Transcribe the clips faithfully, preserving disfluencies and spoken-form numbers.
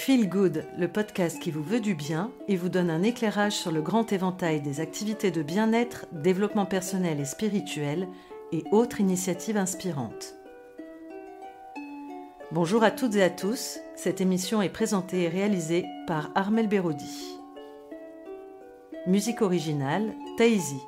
Feel Good, le podcast qui vous veut du bien et vous donne un éclairage sur le grand éventail des activités de bien-être, développement personnel et spirituel et autres initiatives inspirantes. Bonjour à toutes et à tous, cette émission est présentée et réalisée par Armelle Béraudy. Musique originale, Thaïsi.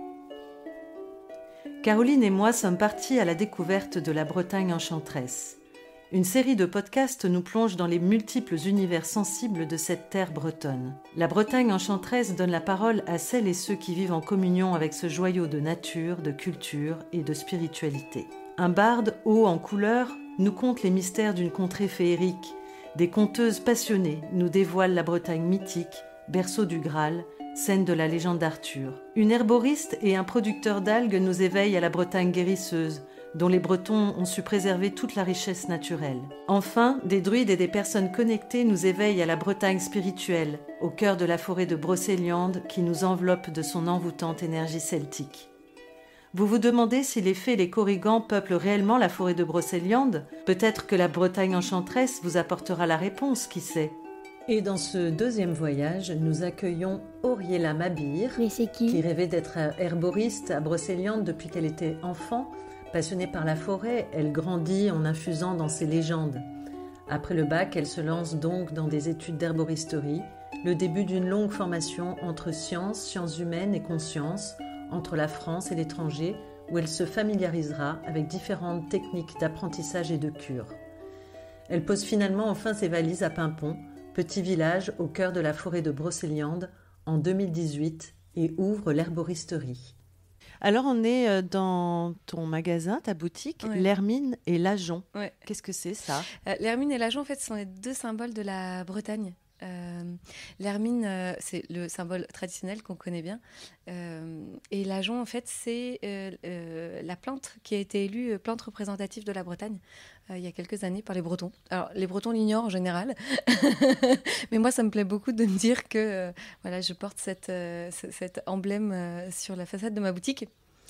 Caroline et moi sommes partis à la découverte de la Bretagne enchanteresse. Une série de podcasts nous plonge dans les multiples univers sensibles de cette terre bretonne. La Bretagne enchanteresse donne la parole à celles et ceux qui vivent en communion avec ce joyau de nature, de culture et de spiritualité. Un barde haut en couleurs nous conte les mystères d'une contrée féerique. Des conteuses passionnées nous dévoilent la Bretagne mythique, berceau du Graal, scène de la légende d'Arthur. Une herboriste et un producteur d'algues nous éveillent à la Bretagne guérisseuse, dont les Bretons ont su préserver toute la richesse naturelle. Enfin, des druides et des personnes connectées nous éveillent à la Bretagne spirituelle, au cœur de la forêt de Brocéliande qui nous enveloppe de son envoûtante énergie celtique. Vous vous demandez si les fées et les corrigans peuplent réellement la forêt de Brocéliande ? Peut-être que la Bretagne enchanteresse vous apportera la réponse, qui sait ? Et dans ce deuxième voyage, nous accueillons Auriella Mabir, Mais c'est qui, qui rêvait d'être herboriste à Brocéliande depuis qu'elle était enfant. Passionnée par la forêt, elle grandit en infusant dans ses légendes. Après le bac, elle se lance donc dans des études d'herboristerie, le début d'une longue formation entre sciences, sciences humaines et conscience, entre la France et l'étranger, où elle se familiarisera avec différentes techniques d'apprentissage et de cure. Elle pose finalement enfin ses valises à Paimpont, petit village au cœur de la forêt de Brocéliande, en deux mille dix-huit, et ouvre l'herboristerie. Alors, on est dans ton magasin, ta boutique, ouais. L'hermine et l'ajonc. Ouais. Qu'est-ce que c'est, ça ? euh, L'hermine et l'ajonc, en fait, ce sont les deux symboles de la Bretagne. Euh, l'hermine, euh, c'est le symbole traditionnel qu'on connaît bien. Euh, et l'ajonc, en fait, c'est euh, euh, la plante qui a été élue plante représentative de la Bretagne euh, il y a quelques années par les Bretons. Alors, les Bretons l'ignorent en général. Mais moi, ça me plaît beaucoup de me dire que euh, voilà, je porte cette, euh, cet emblème euh, sur la façade de ma boutique.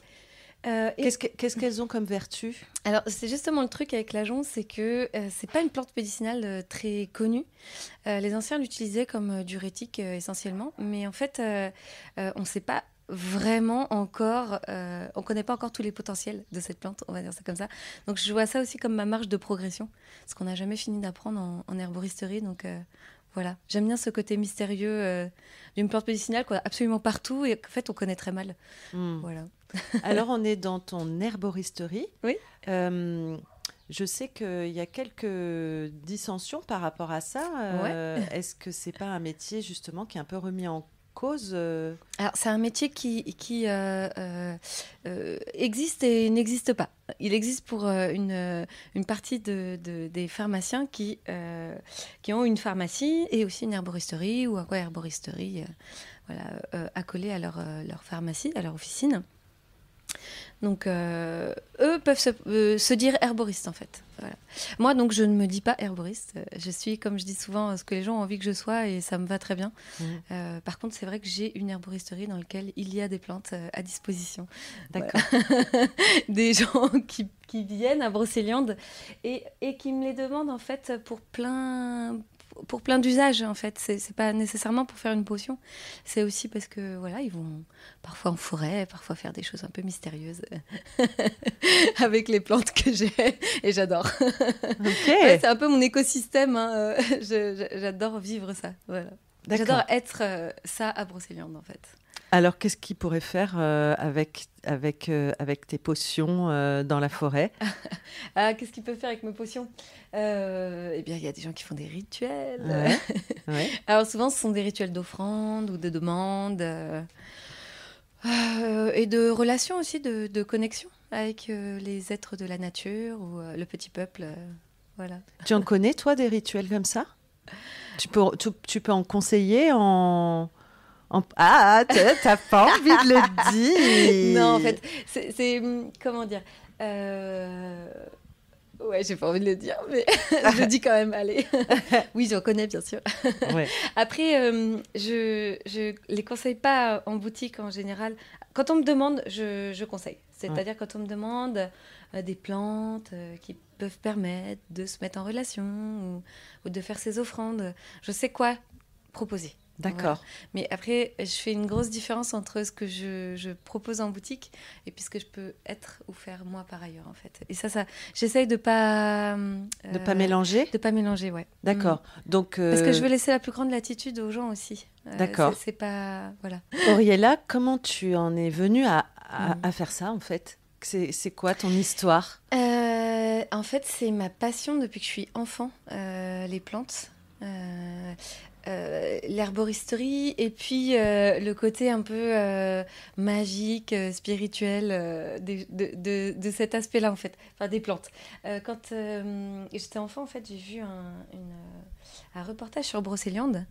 Euh, qu'est-ce, que, qu'est-ce qu'elles ont comme vertu ? Alors, c'est justement le truc avec l'ajonc, c'est que euh, c'est pas une plante médicinale euh, très connue. Euh, les anciens l'utilisaient comme euh, diurétique euh, essentiellement, mais en fait, euh, euh, on ne sait pas vraiment encore, euh, on ne connaît pas encore tous les potentiels de cette plante, on va dire ça comme ça. Donc, je vois ça aussi comme ma marge de progression, parce qu'on n'a jamais fini d'apprendre en, en herboristerie, donc... Euh, Voilà, j'aime bien ce côté mystérieux euh, d'une plante médicinale qu'on a absolument partout et qu'en fait on connaît très mal. Mmh. Voilà. Alors on est dans ton herboristerie. Oui. Euh, je sais qu'il y a quelques dissensions par rapport à ça. Euh, ouais. Est-ce que c'est pas un métier justement qui est un peu remis en cause euh... Alors c'est un métier qui, qui euh, euh, euh, existe et n'existe pas. Il existe pour euh, une, une partie de, de, des pharmaciens qui, euh, qui ont une pharmacie et aussi une herboristerie ou une herboristerie euh, voilà, euh, accolée à leur, euh, leur pharmacie, à leur officine. Donc, euh, eux peuvent se, euh, se dire herboristes, en fait. Voilà. Moi, donc, je ne me dis pas herboriste. Je suis, comme je dis souvent, ce que les gens ont envie que je sois et ça me va très bien. Mmh. Euh, par contre, c'est vrai que j'ai une herboristerie dans laquelle il y a des plantes euh, à disposition. D'accord. Voilà. Des gens qui, qui viennent à Brocéliande et, et qui me les demandent, en fait, pour plein... pour plein d'usages, en fait. C'est, c'est pas nécessairement pour faire une potion. C'est aussi parce que, voilà, ils vont parfois en forêt, parfois faire des choses un peu mystérieuses avec les plantes que j'ai. Et j'adore. Okay. Ouais, c'est un peu mon écosystème. Hein. Je, je, j'adore vivre ça. Voilà. J'adore être euh, ça à Brocéliande, en fait. Alors, qu'est-ce qu'il pourrait faire euh, avec, avec, euh, avec tes potions euh, dans la forêt ? Ah, qu'est-ce qu'il peut faire avec mes potions ? euh, Eh bien, il y a des gens qui font des rituels. Ouais, ouais. Alors, souvent, ce sont des rituels d'offrande ou de demande euh, euh, et de relations aussi, de, de connexion avec euh, les êtres de la nature ou euh, le petit peuple. Euh, voilà. Tu en connais, toi, des rituels comme ça ? tu peux, tu, tu peux en conseiller en... En... Ah, t'as pas envie de le dire. Non, en fait, c'est, c'est comment dire euh, Ouais, j'ai pas envie de le dire, mais je le dis quand même, allez. Oui, j'en connais, bien sûr. Ouais. Après, euh, je ne les conseille pas en boutique en général. Quand on me demande, je, je conseille. C'est-à-dire ouais. quand on me demande euh, des plantes euh, qui peuvent permettre de se mettre en relation ou, ou de faire ses offrandes, je sais quoi proposer. D'accord. Voilà. Mais après, je fais une grosse différence entre ce que je, je propose en boutique et puis ce que je peux être ou faire moi par ailleurs, en fait. Et ça, ça j'essaye de pas... Euh, de pas mélanger De pas mélanger, ouais. D'accord. Mmh. Donc, euh... Parce que je veux laisser la plus grande latitude aux gens aussi. Euh, D'accord. C'est, c'est pas... Voilà. Auriella, comment tu en es venue à, à, mmh. à faire ça, en fait ? c'est, c'est quoi ton histoire ? euh, En fait, c'est ma passion depuis que je suis enfant, euh, les plantes. Euh, Euh, l'herboristerie et puis euh, le côté un peu euh, magique, euh, spirituel euh, de, de, de, de cet aspect-là en fait, enfin des plantes. Euh, quand euh, j'étais enfant en fait, j'ai vu un, une, un reportage sur Brocéliande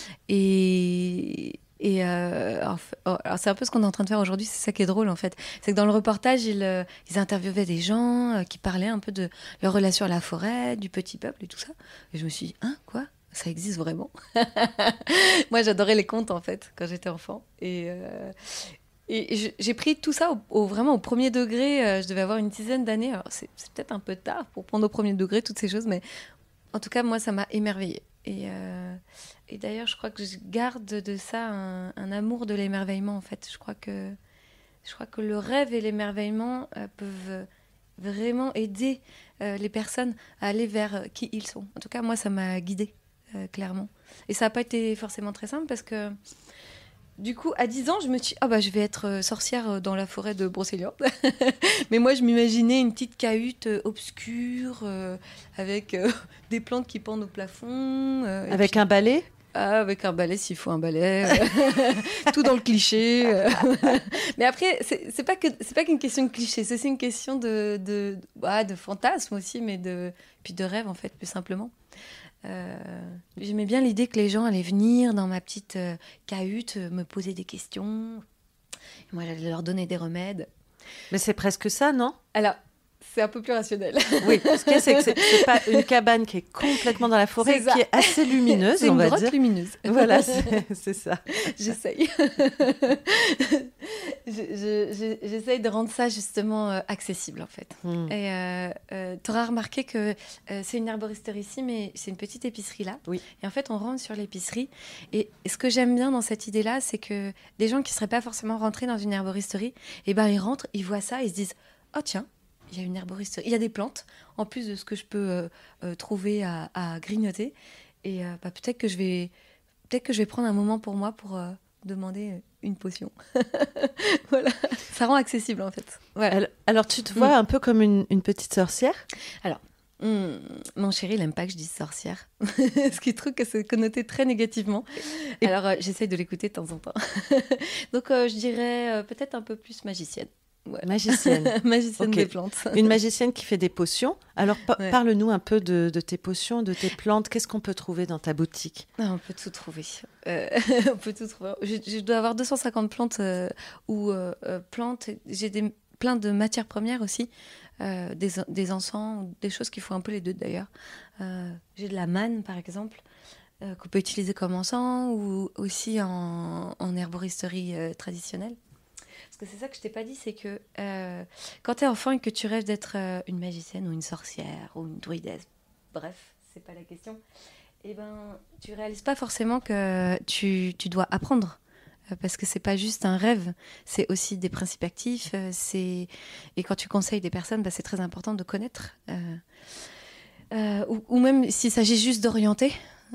et Et euh, alors, alors c'est un peu ce qu'on est en train de faire aujourd'hui, c'est ça qui est drôle en fait. C'est que dans le reportage, ils, euh, ils interviewaient des gens euh, qui parlaient un peu de leur relation à la forêt, du petit peuple et tout ça. Et je me suis dit, hein, quoi ? Ça existe vraiment. Moi, j'adorais les contes, en fait, quand j'étais enfant. Et, euh, et je, j'ai pris tout ça au, au, vraiment au premier degré. Euh, je devais avoir une dizaine d'années. Alors, c'est, c'est peut-être un peu tard pour prendre au premier degré toutes ces choses, mais en tout cas, moi, ça m'a émerveillée. Et, euh, et d'ailleurs, je crois que je garde de ça un, un amour de l'émerveillement, en fait. Je crois que, je crois que le rêve et l'émerveillement euh, peuvent vraiment aider euh, les personnes à aller vers qui ils sont. En tout cas, moi, ça m'a guidée. Euh, clairement. Et ça n'a pas été forcément très simple parce que du coup, à dix ans, je me suis dit, ah bah, je vais être sorcière dans la forêt de Brocéliande. Mais moi, je m'imaginais une petite cahute euh, obscure euh, avec euh, des plantes qui pendent au plafond. Euh, avec puis... un balai Ah, avec un balai s'il faut un balai. Tout dans le cliché. Mais après, c'est, c'est, pas que, c'est pas qu'une question de cliché, c'est aussi une question de, de, bah, de fantasme aussi, mais de, puis de rêve en fait, plus simplement. Euh, j'aimais bien l'idée que les gens allaient venir dans ma petite euh, cahute euh, me poser des questions. Et moi, j'allais leur donner des remèdes. Mais c'est presque ça, non ? Alors, c'est un peu plus rationnel. Oui, ce qu'il y a, c'est que c'est, c'est pas une cabane qui est complètement dans la forêt, qui est assez lumineuse, c'est on va dire. C'est une grotte lumineuse. Voilà, c'est, c'est ça. J'essaye. je, je, je, j'essaye de rendre ça justement euh, accessible, en fait. Mm. Et euh, euh, tu auras remarqué que euh, c'est une herboristerie ici, mais c'est une petite épicerie là. Oui. Et en fait, on rentre sur l'épicerie. Et, et ce que j'aime bien dans cette idée-là, c'est que des gens qui ne seraient pas forcément rentrés dans une herboristerie, eh ben, ils rentrent, ils voient ça, ils se disent « Oh tiens !» Il y a une herboristerie, il y a des plantes, en plus de ce que je peux euh, euh, trouver à, à grignoter. Et euh, bah, peut-être, que je vais, peut-être que je vais prendre un moment pour moi pour euh, demander une potion. Voilà, ça rend accessible en fait. Voilà. Alors, alors tu te vois mmh. un peu comme une, une petite sorcière ? Alors, mmh, mon chéri, il n'aime pas que je dise sorcière, ce qui trouve que c'est connoté très négativement. Et... Alors, euh, j'essaye de l'écouter de temps en temps. Donc, euh, je dirais euh, peut-être un peu plus magicienne. Ouais. Magicienne. Magicienne okay. des plantes. Une magicienne qui fait des potions. Alors, pa- ouais. parle-nous un peu de, de tes potions, de tes plantes. Qu'est-ce qu'on peut trouver dans ta boutique ? Ah, on peut tout trouver. Euh, on peut tout trouver. Je, je dois avoir deux cent cinquante plantes euh, ou euh, plantes. J'ai des, plein de matières premières aussi. Euh, des, des encens, des choses qui font un peu les deux d'ailleurs. Euh, j'ai de la manne, par exemple, euh, qu'on peut utiliser comme encens ou aussi en, en herboristerie euh, traditionnelle. Parce que c'est ça que je t'ai pas dit, c'est que euh, quand tu es enfant et que tu rêves d'être euh, une magicienne ou une sorcière ou une druidesse, bref, c'est pas la question, et ben tu réalises pas forcément que tu, tu dois apprendre. Euh, parce que c'est pas juste un rêve, c'est aussi des principes actifs. Euh, c'est... Et quand tu conseilles des personnes, bah, c'est très important de connaître. Euh, euh, ou, ou même s'il s'agit juste d'orienter.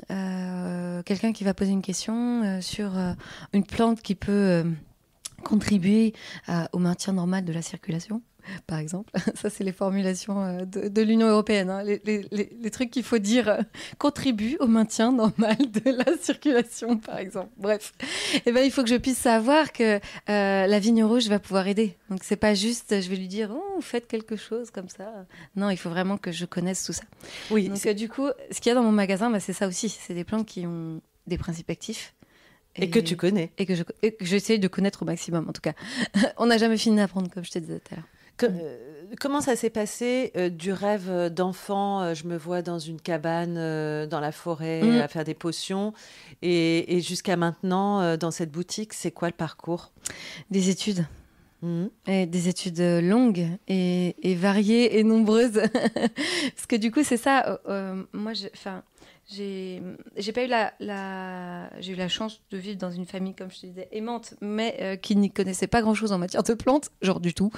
Euh, quelqu'un qui va poser une question euh, sur euh, une plante qui peut... Euh, contribuer euh, au maintien normal de la circulation, par exemple. Ça, c'est les formulations euh, de, de l'Union européenne. Hein. Les, les, les, les trucs qu'il faut dire euh, contribuent au maintien normal de la circulation, par exemple. Bref. Eh ben, il faut que je puisse savoir que euh, la vigne rouge va pouvoir aider. Donc, c'est pas juste, je vais lui dire, oh, faites quelque chose comme ça. Non, il faut vraiment que je connaisse tout ça. Oui. Donc, euh, du coup, ce qu'il y a dans mon magasin, bah, c'est ça aussi. C'est des plantes qui ont des principes actifs. Et, et que tu connais. Et que, je, et que j'essaye de connaître au maximum, en tout cas. On n'a jamais fini d'apprendre, comme je te disais tout à l'heure. Que- euh, comment ça s'est passé euh, du rêve d'enfant, euh, je me vois dans une cabane euh, dans la forêt Mm. à faire des potions, et, et jusqu'à maintenant euh, dans cette boutique, c'est quoi le parcours? Des études. Mhm. Et des études euh, longues et, et variées et nombreuses. Parce que du coup, c'est ça. euh, euh, moi, je- enfin, j'ai, j'ai pas eu la, la, j'ai eu la chance de vivre dans une famille, comme je te disais, aimante, mais euh, qui n'y connaissait pas grand-chose en matière de plantes, genre du tout.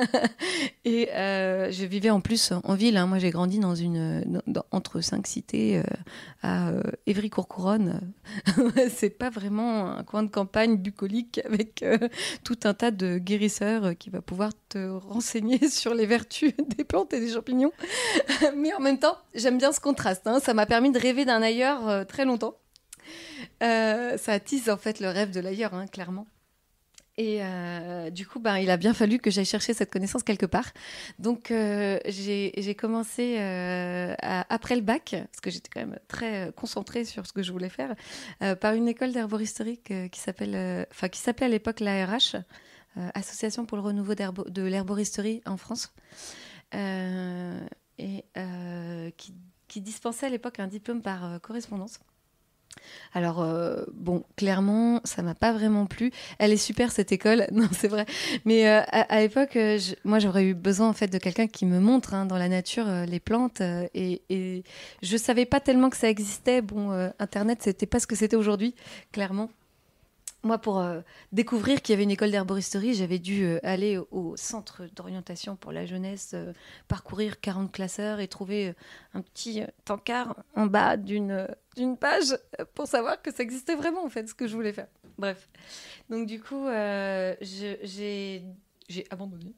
Et euh, je vivais en plus en ville. Hein. Moi, j'ai grandi dans une, dans- dans- entre cinq cités euh, à euh, Évry-Courcouronne. C'est pas vraiment un coin de campagne bucolique avec euh, tout un tas de guérisseurs euh, qui va pouvoir te renseigner sur les vertus des plantes et des champignons. Mais en même temps, j'aime bien ce contraste. Hein. Ça m'a permis de rêver d'un ailleurs euh, très longtemps. Euh, ça attise en fait le rêve de l'ailleurs, hein, clairement. Et euh, du coup, ben, il a bien fallu que j'aille chercher cette connaissance quelque part. Donc, euh, j'ai j'ai commencé euh, à- après le bac, parce que j'étais quand même très euh, concentrée sur ce que je voulais faire, euh, par une école d'herboristerie que- qui s'appelle, euh, enfin, qui s'appelait à l'époque l'A R H, euh, Association pour le renouveau d'herbo- de l'herboristerie en France, euh, et euh, qui, qui dispensait à l'époque un diplôme par euh, correspondance. Alors, euh, bon, clairement, ça m'a pas vraiment plu. Elle est super, cette école. Non, c'est vrai. Mais euh, à, à l'époque, euh, je- moi, j'aurais eu besoin, en fait, de quelqu'un qui me montre hein, dans la nature euh, les plantes. euh, et, et je savais pas tellement que ça existait. Bon, euh, Internet, c'était pas ce que c'était aujourd'hui, clairement. Moi, pour euh, découvrir qu'il y avait une école d'herboristerie, j'avais dû euh, aller au au centre d'orientation pour la jeunesse, euh, parcourir quarante classeurs et trouver euh, un petit euh, tankard en bas d'une euh, d'une page euh, pour savoir que ça existait vraiment, en fait, ce que je voulais faire. Bref. Donc, du coup, euh, je- j'ai j'ai abandonné.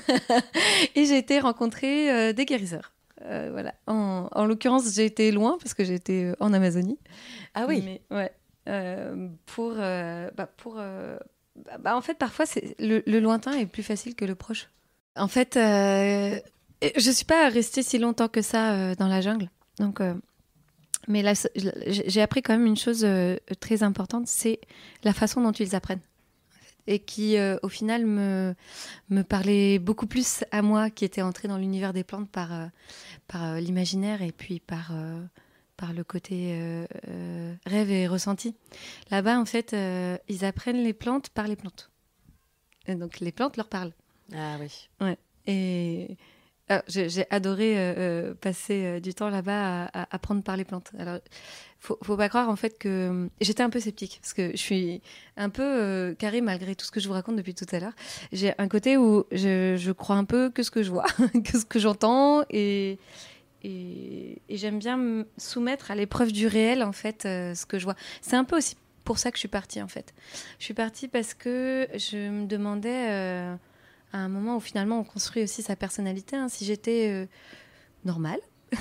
Et j'ai été rencontrer euh, des guérisseurs. Euh, voilà. En, en l'occurrence, j'ai été loin parce que j'étais euh, en Amazonie. Ah oui. Mais ouais, euh, pour, euh, bah, pour euh, bah, bah, en fait, parfois, c'est, le, le lointain est plus facile que le proche. En fait, euh, je suis pas restée si longtemps que ça euh, dans la jungle. Donc, euh, mais là, c'est- j'ai j'ai appris quand même une chose euh, très importante, c'est la façon dont ils apprennent. Et qui, euh, au final, me, me parlait beaucoup plus à moi, qui était entrée dans l'univers des plantes par, euh, par euh, l'imaginaire et puis par, euh, par le côté euh, euh, rêve et ressenti. Là-bas, en fait, euh, ils apprennent les plantes par les plantes. Et donc, les plantes leur parlent. Ah oui. Ouais. Et alors, j'ai, j'ai adoré euh, euh, passer euh, du temps là-bas à, à apprendre par les plantes. Alors, faut, faut pas croire en fait que j'étais un peu sceptique parce que je suis un peu euh, carrée malgré tout ce que je vous raconte depuis tout à l'heure. J'ai un côté où je, je crois un peu que ce que je vois, que ce que j'entends et et, et j'aime bien me soumettre à l'épreuve du réel, en fait, euh, ce que je vois. C'est un peu aussi pour ça que je suis partie, en fait. Je suis partie parce que je me demandais, euh, à un moment où finalement on construit aussi sa personnalité, hein, si j'étais euh, normale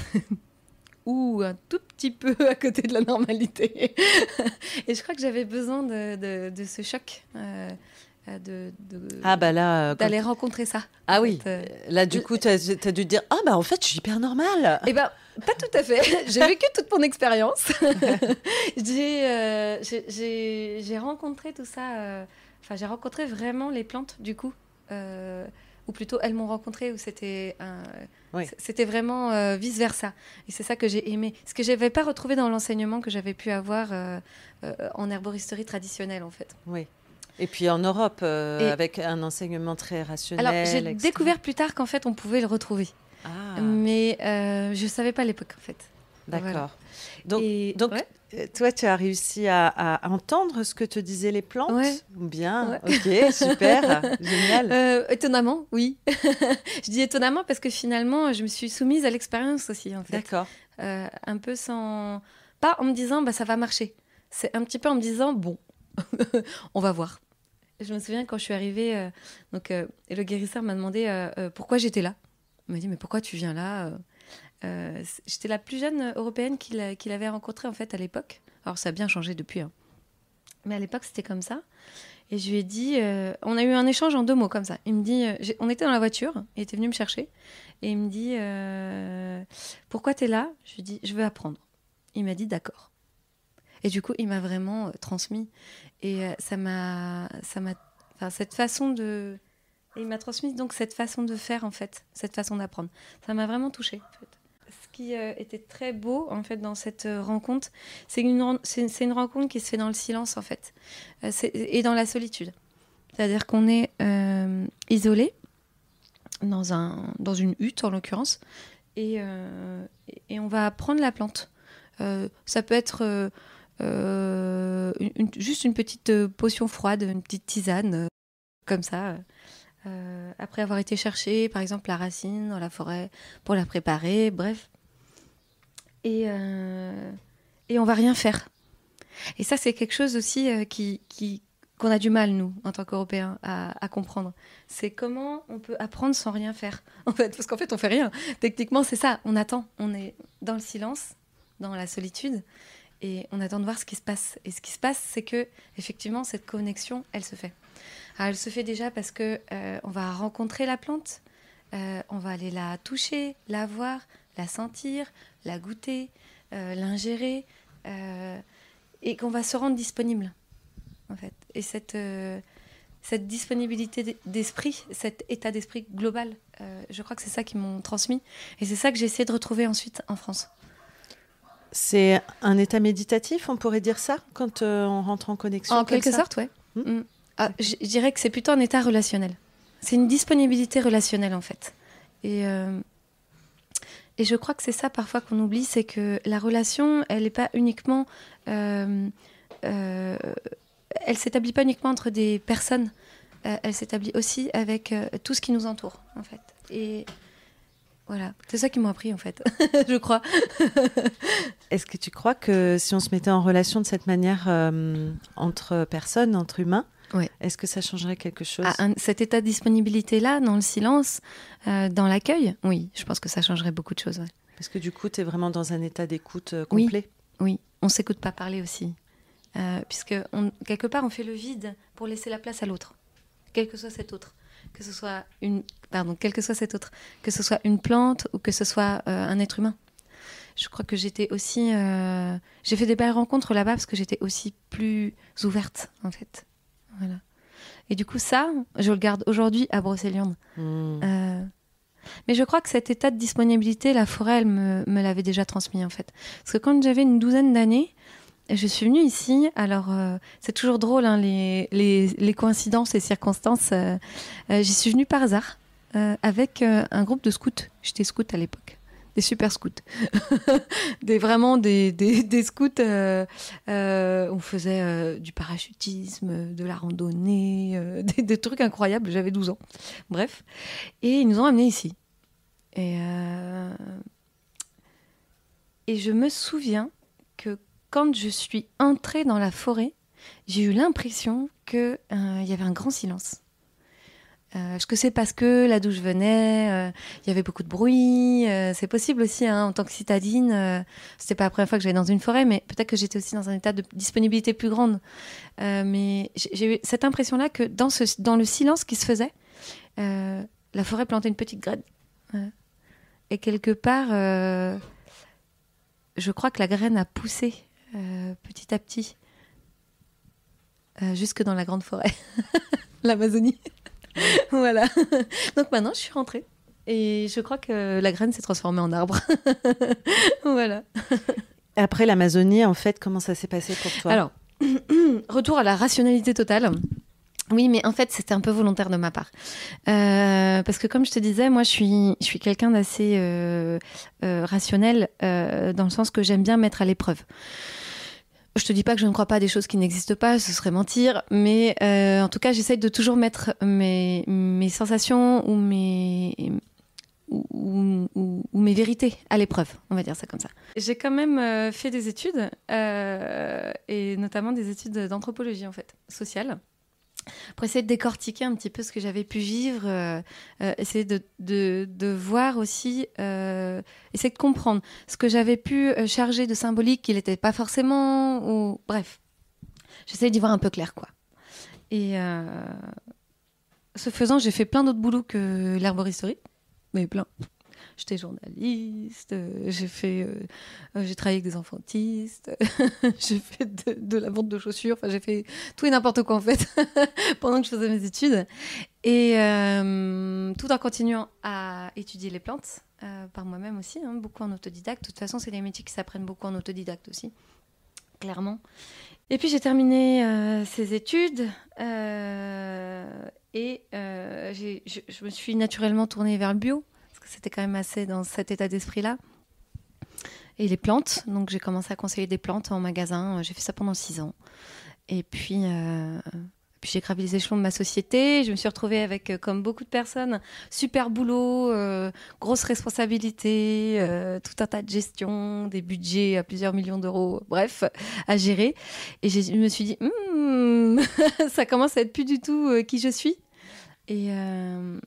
ou un tout petit peu à côté de la normalité. Et je crois que j'avais besoin de, de, de ce choc, euh, euh, de, de- Ah bah là, euh, quand- d'aller rencontrer ça. ah en oui. fait, euh. Là, du coup, tu as dû te dire, ah bah en fait, je suis hyper normale. Eh ben, pas tout à fait. J'ai vécu toute mon expérience. j'ai, euh, j'ai, j'ai- j'ai rencontré tout ça. euh, Enfin, j'ai rencontré vraiment les plantes, du coup. euh, ou plutôt, elles m'ont rencontré, ou c'était un- Oui. c- c'était vraiment euh, vice-versa. Et c'est ça que j'ai aimé. Ce que je n'avais pas retrouvé dans l'enseignement que j'avais pu avoir euh, euh, en herboristerie traditionnelle, en fait. Oui. Et puis en Europe, euh, Et- avec un enseignement très rationnel. Alors, j'ai et cetera. découvert plus tard qu'en fait, on pouvait le retrouver. Ah, Mais euh, je ne savais pas à l'époque, en fait. d'accord. Voilà. Donc, Et- donc ouais. euh, toi, tu as réussi à, à entendre ce que te disaient les plantes? Ouais. Bien, Ouais. ok, super, génial. Euh, étonnamment, oui. Je dis étonnamment parce que finalement, je me suis soumise à l'expérience aussi, en fait. D'accord. Euh, un peu sans... Pas en me disant, bah, ça va marcher. C'est un petit peu en me disant, bon, on va voir. Je me souviens quand je suis arrivée, euh, donc, euh, et le guérisseur m'a demandé euh, euh, pourquoi j'étais là. Il m'a dit, mais pourquoi tu viens là? Euh, euh, c- J'étais la plus jeune européenne qu'il a- qu'il avait rencontrée, en fait, à l'époque. Alors, ça a bien changé depuis, hein. Mais à l'époque, c'était comme ça. Et je lui ai dit, euh, on a eu un échange en deux mots comme ça. Il me dit, euh, j'ai- on était dans la voiture, il était venu me chercher, et il me dit, euh, pourquoi tu es là? Je lui ai dit, je veux apprendre. Il m'a dit, d'accord. Et du coup, il m'a vraiment euh, transmis. Et euh, ça m'a, ça m'a, enfin, cette façon de, Et il m'a transmis donc cette façon de faire, en fait, cette façon d'apprendre. Ça m'a vraiment touchée, en fait. Ce qui euh, était très beau, en fait, dans cette euh, rencontre, c'est une, c'est, c'est une rencontre qui se fait dans le silence, en fait, euh, c'est, et dans la solitude. C'est-à-dire qu'on est euh, isolé, dans, un, dans une hutte, en l'occurrence, et, euh, et on va prendre la plante. Euh, ça peut être euh, euh, une, juste une petite potion froide, une petite tisane, euh, comme ça, euh, après avoir été chercher, par exemple, la racine dans la forêt pour la préparer, bref. Et, euh, et on va rien faire. Et ça, c'est quelque chose aussi euh, qui, qui, qu'on a du mal, nous, en tant qu'Européens, à, à comprendre. C'est comment on peut apprendre sans rien faire, en fait. Parce qu'en fait, on fait rien. Techniquement, c'est ça. On attend. On est dans le silence, dans la solitude, et on attend de voir ce qui se passe. Et ce qui se passe, c'est que, effectivement, cette connexion, elle se fait. Alors, elle se fait déjà parce que euh, on va rencontrer la plante, euh, on va aller la toucher, la voir, la sentir, la goûter, euh, l'ingérer, euh, et qu'on va se rendre disponible, en fait. Et cette, euh, cette disponibilité d'esprit, cet état d'esprit global, euh, je crois que c'est ça qu'ils m'ont transmis. Et c'est ça que j'ai essayé de retrouver ensuite en France. C'est un état méditatif, on pourrait dire ça, quand euh, on rentre en connexion. En comme quelque ça. sorte, ouais. Mmh. Mmh. Ah, je dirais que c'est plutôt un état relationnel. C'est une disponibilité relationnelle, en fait. Et, euh, et je crois que c'est ça, parfois, qu'on oublie, c'est que la relation, elle n'est pas uniquement... Euh, euh, elle s'établit pas uniquement entre des personnes, euh, elle s'établit aussi avec euh, tout ce qui nous entoure, en fait. Et voilà, c'est ça qu'ils m'ont appris, en fait, je crois. Est-ce que tu crois que si on se mettait en relation de cette manière euh, entre personnes, entre humains, ouais. Est-ce que ça changerait quelque chose ? Ah, un, cet état de disponibilité-là, dans le silence, euh, dans l'accueil, oui, je pense que ça changerait beaucoup de choses. Ouais. Parce que du coup, tu es vraiment dans un état d'écoute euh, complet. Oui, oui. On ne s'écoute pas parler aussi. Euh, puisque on, quelque part, on fait le vide pour laisser la place à l'autre, quel que soit cet autre. Que ce soit une, pardon, quel que soit cet autre, que ce soit une plante ou que ce soit euh, un être humain. Je crois que j'étais aussi... Euh, j'ai fait des belles rencontres là-bas parce que j'étais aussi plus ouverte, en fait. Voilà. Et du coup, ça, je le garde aujourd'hui à Brocéliande. Mmh. Euh, mais je crois que cet état de disponibilité, la forêt, elle me, me l'avait déjà transmis, en fait. Parce que quand j'avais une douzaine d'années, je suis venue ici. Alors, euh, c'est toujours drôle, hein, les, les, les coïncidences, les circonstances. Euh, euh, j'y suis venue par hasard euh, avec euh, un groupe de scouts. J'étais scout à l'époque. Des super scouts. des, vraiment des, des, des scouts. Euh, euh, on faisait euh, du parachutisme, de la randonnée, euh, des, des trucs incroyables. J'avais douze ans. Bref. Et ils nous ont amenés ici. Et, euh, et je me souviens que quand je suis entrée dans la forêt, j'ai eu l'impression qu'il euh, y avait un grand silence. Euh, est-ce que c'est parce que là d'où je venais, il euh, y avait beaucoup de bruit euh, c'est possible aussi, hein, en tant que citadine. Euh, c'était pas la première fois que j'allais dans une forêt, mais peut-être que j'étais aussi dans un état de disponibilité plus grande. Euh, mais j'ai, j'ai eu cette impression-là que dans, ce, dans le silence qui se faisait, euh, la forêt plantait une petite graine. Ouais. Et quelque part, euh, je crois que la graine a poussé euh, petit à petit euh, jusque dans la grande forêt, l'Amazonie. Voilà. Donc maintenant, je suis rentrée. Et je crois que la graine s'est transformée en arbre. Voilà. Après l'Amazonie, en fait, comment ça s'est passé pour toi ? Alors, retour à la rationalité totale. Oui, mais en fait, c'était un peu volontaire de ma part. Euh, parce que comme je te disais, moi, je suis, je suis quelqu'un d'assez euh, euh, rationnel, euh, dans le sens que j'aime bien mettre à l'épreuve. Je te dis pas que je ne crois pas à des choses qui n'existent pas, ce serait mentir, mais euh, en tout cas, j'essaye de toujours mettre mes, mes sensations ou mes, ou, ou, ou mes vérités à l'épreuve, on va dire ça comme ça. J'ai quand même euh, fait des études, euh, et notamment des études d'anthropologie, en fait, sociale, pour essayer de décortiquer un petit peu ce que j'avais pu vivre, euh, euh, essayer de, de, de voir aussi, euh, essayer de comprendre ce que j'avais pu euh, charger de symbolique qu'il n'était pas forcément, ou bref, j'essaye d'y voir un peu clair, quoi. Et euh, ce faisant, j'ai fait plein d'autres boulots que l'herboristerie, mais plein. J'étais journaliste, euh, j'ai fait, euh, euh, j'ai travaillé avec des enfantistes, j'ai fait de, de la vente de chaussures, enfin j'ai fait tout et n'importe quoi en fait pendant que je faisais mes études. Et euh, tout en continuant à étudier les plantes euh, par moi-même aussi, hein, beaucoup en autodidacte. De toute façon, c'est des métiers qui s'apprennent beaucoup en autodidacte aussi, clairement. Et puis j'ai terminé euh, ces études euh, et euh, j'ai, je, je me suis naturellement tournée vers le bio, parce que c'était quand même assez dans cet état d'esprit-là. Et les plantes, donc j'ai commencé à conseiller des plantes en magasin, j'ai fait ça pendant six ans. Et puis... Euh, Puis j'ai gravi les échelons de ma société. Je me suis retrouvée avec, euh, comme beaucoup de personnes, super boulot, euh, grosse responsabilité, euh, tout un tas de gestion, des budgets à plusieurs millions d'euros, bref, à gérer. Et j'ai- je me suis dit, hmm, ça commence à être plus du tout euh, qui je suis. Et, euh,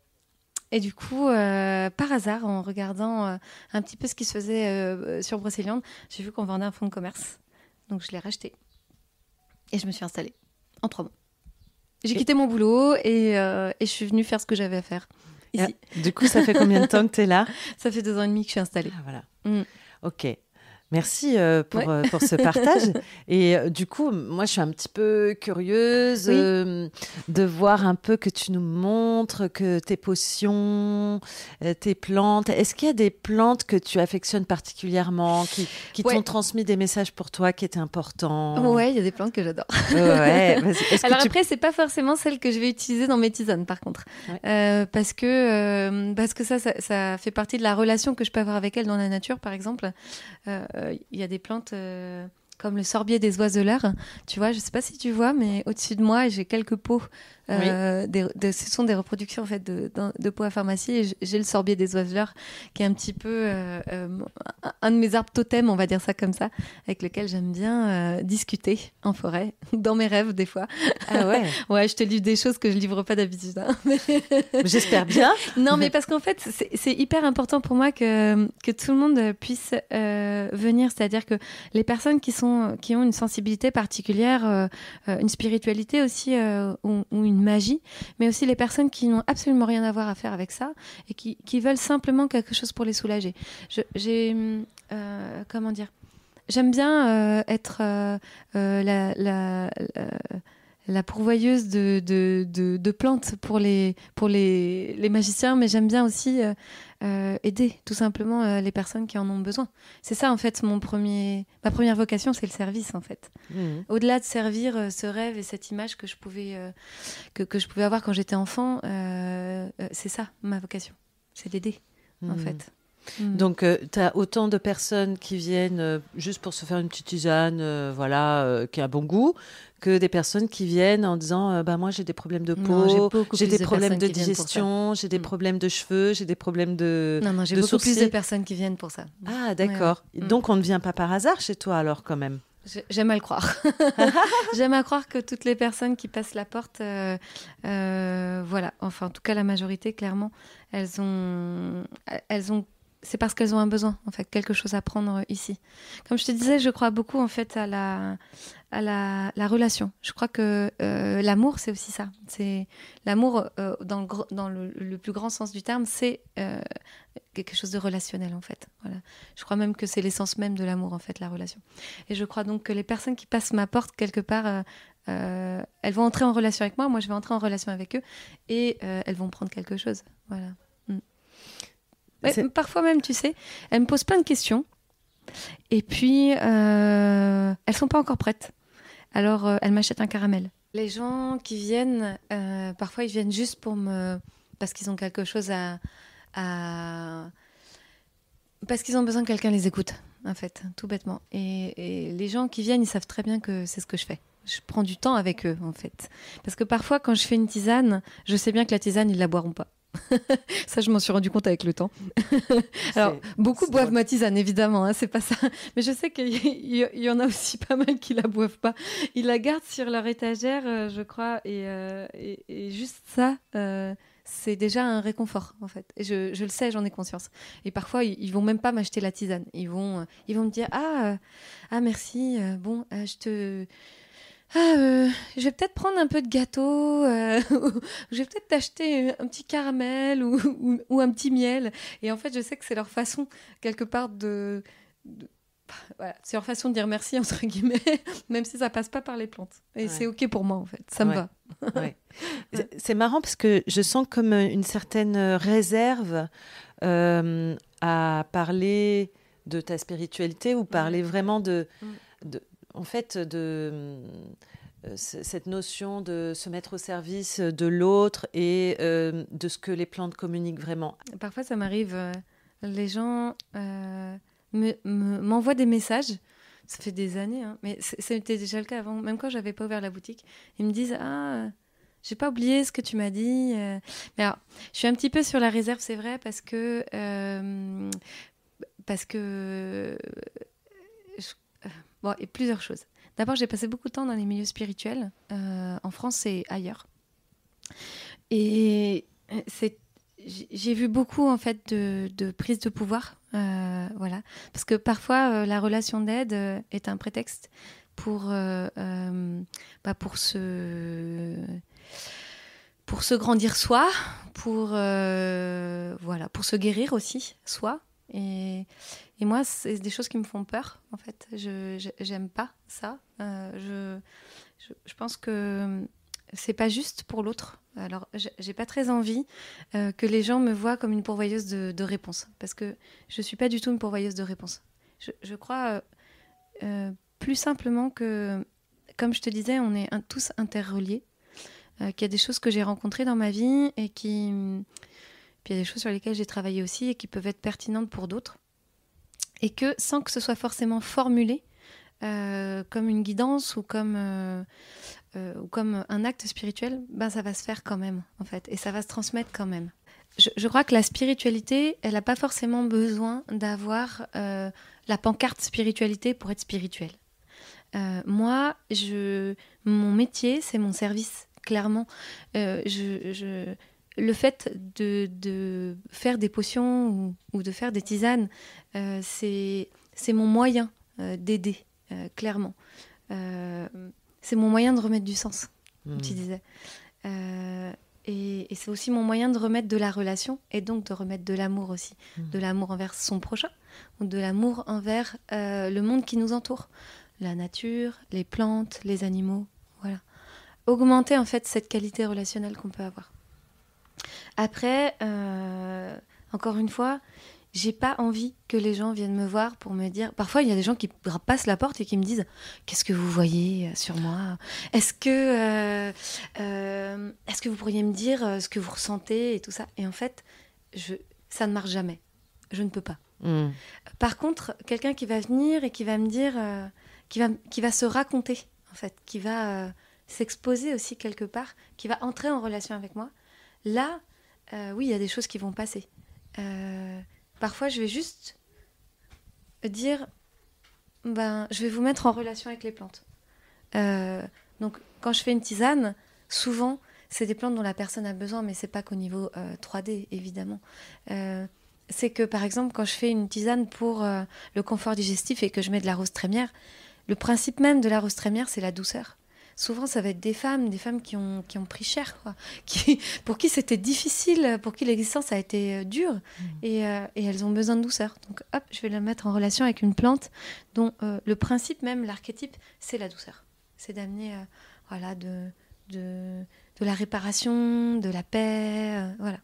et du coup, euh, par hasard, en regardant euh, un petit peu ce qui se faisait euh, sur Brocéliande, j'ai vu qu'on vendait un fonds de commerce. Donc je l'ai racheté. Et je me suis installée en trois mois. J'ai quitté mon boulot et, euh, et je suis venue faire ce que j'avais à faire ici. Ah, du coup, ça fait combien de temps que tu es là? Ça fait deux ans et demi que je suis installée. Ah, voilà. Mm. Ok. Merci euh, pour, Ouais. euh, pour ce partage. Et euh, du coup, moi, je suis un petit peu curieuse Oui. euh, de voir un peu que tu nous montres que tes potions, euh, tes plantes. Est-ce qu'il y a des plantes que tu affectionnes particulièrement, qui, qui Ouais. t'ont transmis des messages pour toi qui étaient importants? Ouais, il y a des plantes que j'adore. Ouais. Vas-y. Est-ce que Alors tu- après, c'est pas forcément celle que je vais utiliser dans mes tisanes, par contre, Ouais. Euh, parce que euh, parce que ça, ça, ça fait partie de la relation que je peux avoir avec elle dans la nature, par exemple. Euh, Il y a des plantes euh, comme le sorbier des oiseleurs. Tu vois, je sais pas si tu vois, mais au-dessus de moi, j'ai quelques pots. Euh, des, de, ce sont des reproductions en fait de, de, de pots à pharmacie. Et j'ai le sorbier des oiseleurs, qui est un petit peu euh, euh, un de mes arbres totems, on va dire ça comme ça, avec lequel j'aime bien euh, discuter en forêt, dans mes rêves des fois. Ah ouais. Ouais, je te livre des choses que je livre pas d'habitude. Hein. Mais... J'espère bien. Non, mais parce qu'en fait, c'est, c'est hyper important pour moi que, que tout le monde puisse euh, venir. C'est-à-dire que les personnes qui, sont, qui ont une sensibilité particulière, euh, euh, une spiritualité aussi, euh, ou, ou une magie, mais aussi les personnes qui n'ont absolument rien à voir à faire avec ça et qui, qui veulent simplement quelque chose pour les soulager. Je, j'ai... Euh, comment dire ? J'aime bien euh, être euh, euh, la... la, la la pourvoyeuse de, de, de, de plantes pour les, pour les, les magiciens, mais j'aime bien aussi euh, euh, aider tout simplement euh, les personnes qui en ont besoin. C'est ça en fait mon premier, ma première vocation, c'est le service en fait. Mmh. Au-delà de servir euh, ce rêve et cette image que je pouvais, euh, que, que je pouvais avoir quand j'étais enfant, euh, euh, c'est ça ma vocation, c'est d'aider mmh. en fait. Mmh. Donc, euh, tu as autant de personnes qui viennent euh, juste pour se faire une petite tisane, euh, voilà, euh, qui a bon goût, que des personnes qui viennent en disant euh, bah, moi, j'ai des problèmes de peau, non, j'ai, j'ai des de problèmes de digestion, j'ai des mmh. problèmes de cheveux, j'ai des problèmes de Non, non, j'ai de beaucoup sourcils. plus de personnes qui viennent pour ça. Ah, d'accord. Ouais, ouais. Donc, on ne vient pas par hasard chez toi, alors, quand même. J'aime à le croire. J'aime à croire que toutes les personnes qui passent la porte, euh, euh, voilà, enfin, en tout cas, la majorité, clairement, elles ont... Elles ont c'est parce qu'elles ont un besoin, en fait, quelque chose à prendre ici. Comme je te disais, je crois beaucoup, en fait, à la, à la, la relation. Je crois que euh, l'amour, c'est aussi ça. C'est, l'amour, euh, dans, le, dans le, le plus grand sens du terme, c'est euh, quelque chose de relationnel, en fait. Voilà. Je crois même que c'est l'essence même de l'amour, en fait, la relation. Et je crois donc que les personnes qui passent ma porte, quelque part, euh, euh, elles vont entrer en relation avec moi, moi, je vais entrer en relation avec eux, et euh, elles vont prendre quelque chose. Voilà. Mm. Ouais, parfois même, tu sais, elles me posent plein de questions et puis euh, elles sont pas encore prêtes. Alors euh, elles m'achètent un caramel. Les gens qui viennent, euh, parfois ils viennent juste pour me, parce qu'ils ont quelque chose à, à... parce qu'ils ont besoin que quelqu'un les écoute, en fait, tout bêtement. Et, et les gens qui viennent, ils savent très bien que c'est ce que je fais. Je prends du temps avec eux, en fait, parce que parfois quand je fais une tisane, je sais bien que la tisane ils la boiront pas. Ça, je m'en suis rendu compte avec le temps. Alors, c'est, beaucoup c'est boivent drôle. Ma tisane, évidemment, hein, c'est pas ça. Mais je sais qu'il y, y, y en a aussi pas mal qui la boivent pas. Ils la gardent sur leur étagère, euh, je crois, et, euh, et, et juste ça, euh, c'est déjà un réconfort, en fait. Et je, je le sais, j'en ai conscience. Et parfois, ils, ils vont même pas m'acheter la tisane. Ils vont, euh, ils vont me dire, ah, euh, ah merci, euh, bon, euh, je te... Ah, euh, je vais peut-être prendre un peu de gâteau, euh, je vais peut-être t'acheter un petit caramel ou, ou, ou un petit miel. Et en fait, je sais que c'est leur façon, quelque part, de... de voilà, c'est leur façon de dire merci, entre guillemets, même si ça passe pas par les plantes. Et ouais. C'est OK pour moi, en fait. Ça ouais. me va. Ouais. c'est marrant parce que je sens comme une certaine réserve euh, à parler de ta spiritualité ou parler ouais. vraiment de, de, en fait, de euh, cette notion de se mettre au service de l'autre et euh, de ce que les plantes communiquent vraiment. Parfois, ça m'arrive, euh, les gens euh, me, me, m'envoient des messages. Ça fait des années, hein, mais c'était déjà le cas avant. Même quand j'avais pas ouvert la boutique, ils me disent ah, j'ai pas oublié ce que tu m'as dit. Mais alors, je suis un petit peu sur la réserve, c'est vrai, parce que euh, parce que je, euh, bon, il y a plusieurs choses. D'abord, j'ai passé beaucoup de temps dans les milieux spirituels, euh, en France et ailleurs, et c'est j'ai vu beaucoup en fait de, de prise de pouvoir, euh, voilà, parce que parfois euh, la relation d'aide euh, est un prétexte pour euh, euh, bah, pour se pour se grandir soi, pour euh, voilà, pour se guérir aussi soi. Et, et moi, c'est des choses qui me font peur en fait. Je, je j'aime pas ça. Euh, je, je je pense que c'est pas juste pour l'autre. Alors, j'ai pas très envie euh, que les gens me voient comme une pourvoyeuse de, de réponses, parce que je suis pas du tout une pourvoyeuse de réponses. Je, je crois euh, euh, plus simplement que, comme je te disais, on est un, tous interreliés, euh, qu'il y a des choses que j'ai rencontrées dans ma vie et qui, puis il y a des choses sur lesquelles j'ai travaillé aussi et qui peuvent être pertinentes pour d'autres, et que sans que ce soit forcément formulé euh, comme une guidance ou comme euh, Euh, ou comme un acte spirituel, ben ça va se faire quand même, en fait, et ça va se transmettre quand même. Je, je crois que la spiritualité, elle n'a pas forcément besoin d'avoir euh, la pancarte spiritualité pour être spirituelle. Euh, moi, je, mon métier, c'est mon service, clairement. Euh, je, je, le fait de, de faire des potions ou, ou de faire des tisanes, euh, c'est, c'est mon moyen euh, d'aider, euh, clairement. Euh, C'est mon moyen de remettre du sens, comme mmh. tu disais. Euh, et, et c'est aussi mon moyen de remettre de la relation et donc de remettre de l'amour aussi. Mmh. De l'amour envers son prochain ou de l'amour envers euh, le monde qui nous entoure. La nature, les plantes, les animaux, voilà. Augmenter en fait cette qualité relationnelle qu'on peut avoir. Après, euh, encore une fois, j'ai pas envie que les gens viennent me voir pour me dire... Parfois, il y a des gens qui passent la porte et qui me disent « Qu'est-ce que vous voyez sur moi ? Est-ce que, euh, euh, est-ce que vous pourriez me dire ce que vous ressentez ?» et tout ça. Et en fait, je, ça ne marche jamais. Je ne peux pas. Mmh. Par contre, quelqu'un qui va venir et qui va me dire... Euh, qui, va, qui va se raconter, en fait, qui va euh, s'exposer aussi quelque part, qui va entrer en relation avec moi, là, euh, oui, il y a des choses qui vont passer. Euh... Parfois, je vais juste dire, ben, je vais vous mettre en relation avec les plantes. Euh, donc, quand je fais une tisane, souvent, c'est des plantes dont la personne a besoin, mais c'est pas qu'au niveau euh, trois D, évidemment. Euh, c'est que, par exemple, quand je fais une tisane pour euh, le confort digestif et que je mets de la rose trémière, le principe même de la rose trémière, c'est la douceur. Souvent, ça va être des femmes, des femmes qui ont, qui ont pris cher, quoi. Qui, pour qui c'était difficile, pour qui l'existence a été euh, dure, mmh. et, euh, et elles ont besoin de douceur. Donc, hop, je vais la mettre en relation avec une plante dont euh, le principe même, l'archétype, c'est la douceur. C'est d'amener, euh, voilà, de, de, de la réparation, de la paix, euh, voilà.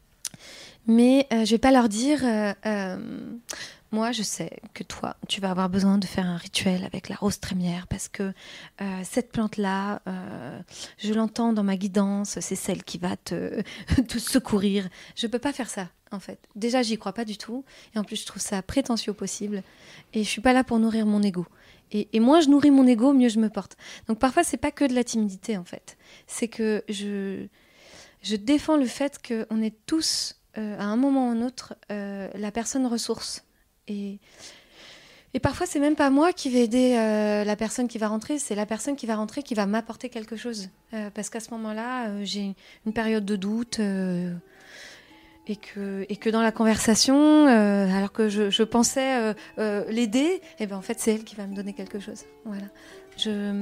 Mais euh, je ne vais pas leur dire... Euh, euh, Moi, je sais que toi, tu vas avoir besoin de faire un rituel avec la rose trémière parce que euh, cette plante-là, euh, je l'entends dans ma guidance, c'est celle qui va te, te secourir. Je ne peux pas faire ça, en fait. Déjà, j'y crois pas du tout. Et en plus, je trouve ça prétentieux au possible. Et je suis pas là pour nourrir mon ego. Et, et moins je nourris mon ego, mieux je me porte. Donc parfois, c'est pas que de la timidité, en fait. C'est que je, je défends le fait qu'on est tous, euh, à un moment ou un autre, euh, la personne ressource. Et, et parfois, c'est même pas moi qui vais aider euh, la personne qui va rentrer, c'est la personne qui va rentrer qui va m'apporter quelque chose. Euh, parce qu'à ce moment-là, euh, j'ai une période de doute euh, et, que, et que dans la conversation, euh, alors que je, je pensais euh, euh, l'aider, et ben en fait, c'est elle qui va me donner quelque chose. Voilà. Je...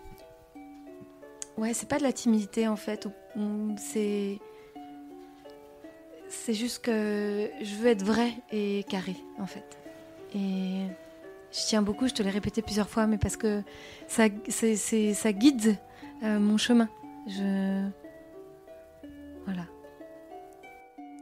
Ouais, c'est pas de la timidité en fait. C'est... C'est juste que je veux être vraie et carrée, en fait. Et je tiens beaucoup, je te l'ai répété plusieurs fois, mais parce que ça, c'est, c'est, ça guide euh, mon chemin. Je...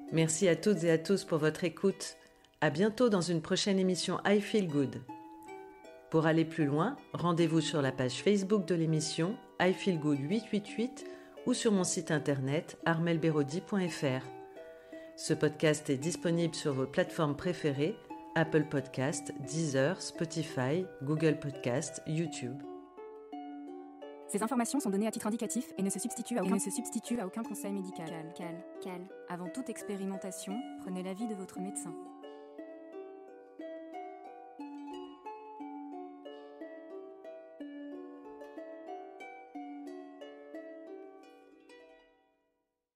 Merci à toutes et à tous pour votre écoute. À bientôt dans une prochaine émission I Feel Good. Pour aller plus loin, rendez-vous sur la page Facebook de l'émission I Feel Good huit cent quatre-vingt-huit ou sur mon site internet armelle beraudy point f r. Ce podcast est disponible sur vos plateformes préférées, Apple Podcasts, Deezer, Spotify, Google Podcasts, YouTube. Ces informations sont données à titre indicatif et ne se substituent à aucun, ne se substituent à aucun conseil médical. Cal, cal, cal. Avant toute expérimentation, prenez l'avis de votre médecin.